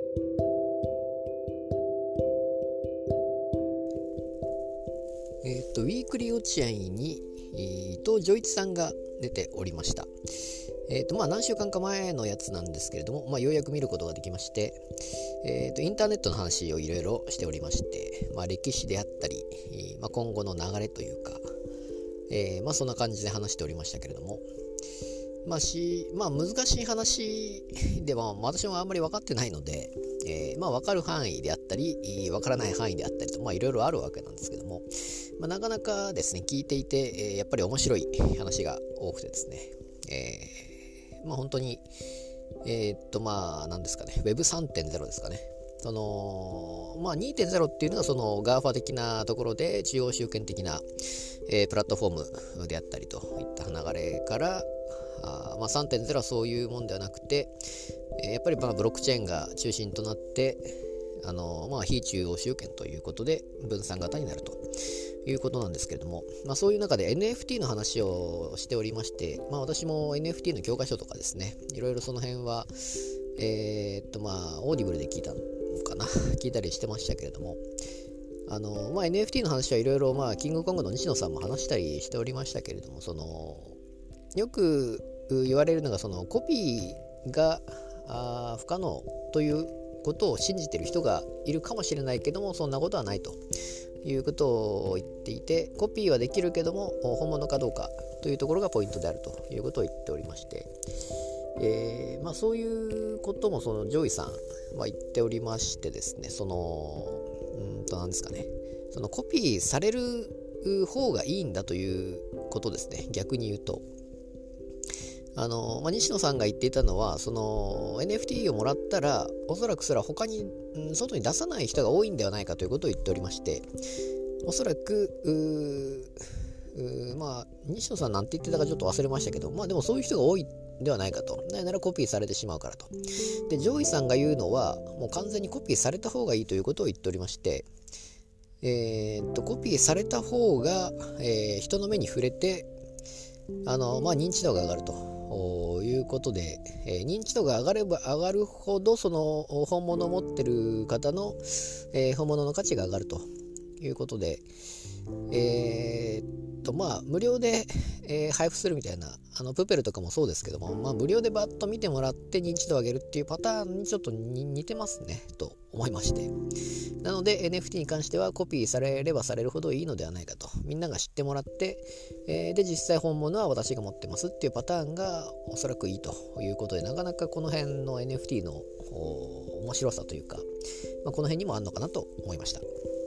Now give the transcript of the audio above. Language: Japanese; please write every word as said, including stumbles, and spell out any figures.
えっと、ウィークリー落合に伊藤浄一さんが出ておりました。えっとまあ、何週間か前のやつなんですけれども、まあ、ようやく見ることができまして、えっとインターネットの話をいろいろしておりまして、まあ、歴史であったり、まあ、今後の流れというか、えーまあ、そんな感じで話しておりましたけれども、まあしまあ、難しい話では私もあんまり分かってないので、えーまあ、分かる範囲であったり分からない範囲であったりと、まあ、いろいろあるわけなんですけども、まあ、なかなかですね聞いていて、えーやっぱり面白い話が多くてですね、えーまあ、本当にえーっとまあ何ですかね ウェブスリーてんゼロ ですかね。そのまあ、にてんゼロ っていうのがその ガーファ 的なところで中央集権的な、えープラットフォームであったりといった流れからあ、まあ、さんてんゼロ はそういうもんではなくて、えーやっぱりまあブロックチェーンが中心となってあの、まあ、非中央集権ということで分散型になるということなんですけれども、まあ、そういう中で エヌエフティー の話をしておりまして、まあ、私も エヌエフティー の教科書とかですねいろいろその辺はえー、っとまあオーディブルで聞いたのかな聞いたりしてましたけれども、あの、まあ、エヌエフティー の話はいろいろ、まあ、キングコングの西野さんも話したりしておりましたけれども、そのよく言われるのがそのコピーがあー不可能ということを信じている人がいるかもしれないけども、そんなことはないということを言っていて、コピーはできるけども本物かどうかというところがポイントであるということを言っておりまして、えーまあ、そういうこともそのジョイさんは言っておりましてですね、そのうんと何ですかね、そのコピーされる方がいいんだということですね。逆に言うとあの、まあ、西野さんが言っていたのは、その エヌエフティー をもらったらおそらくそれは他に、うん、外に出さない人が多いんではないかということを言っておりまして、おそらくううまあ西野さんなんて言ってたかちょっと忘れましたけど、まあでもそういう人が多いではないかと。なぜならコピーされてしまうからと。でジョイさんが言うのはもう完全にコピーされた方がいいということを言っておりまして、えー、っとコピーされた方が、えー人の目に触れてあの、まあ、認知度が上がるということで、えー認知度が上がれば上がるほどその本物を持ってる方の、えー本物の価値が上がるということで、えーっとまあ無料で、えー配布するみたいな、あのプペルとかもそうですけども、まあ、無料でバッと見てもらって認知度を上げるっていうパターンにちょっと似てますねと思いまして、なので エヌエフティー に関してはコピーされればされるほどいいのではないかと、みんなが知ってもらって、えーで実際本物は私が持ってますっていうパターンがおそらくいいということで、なかなかこの辺の エヌエフティー の面白さというか、まあ、この辺にもあるのかなと思いました。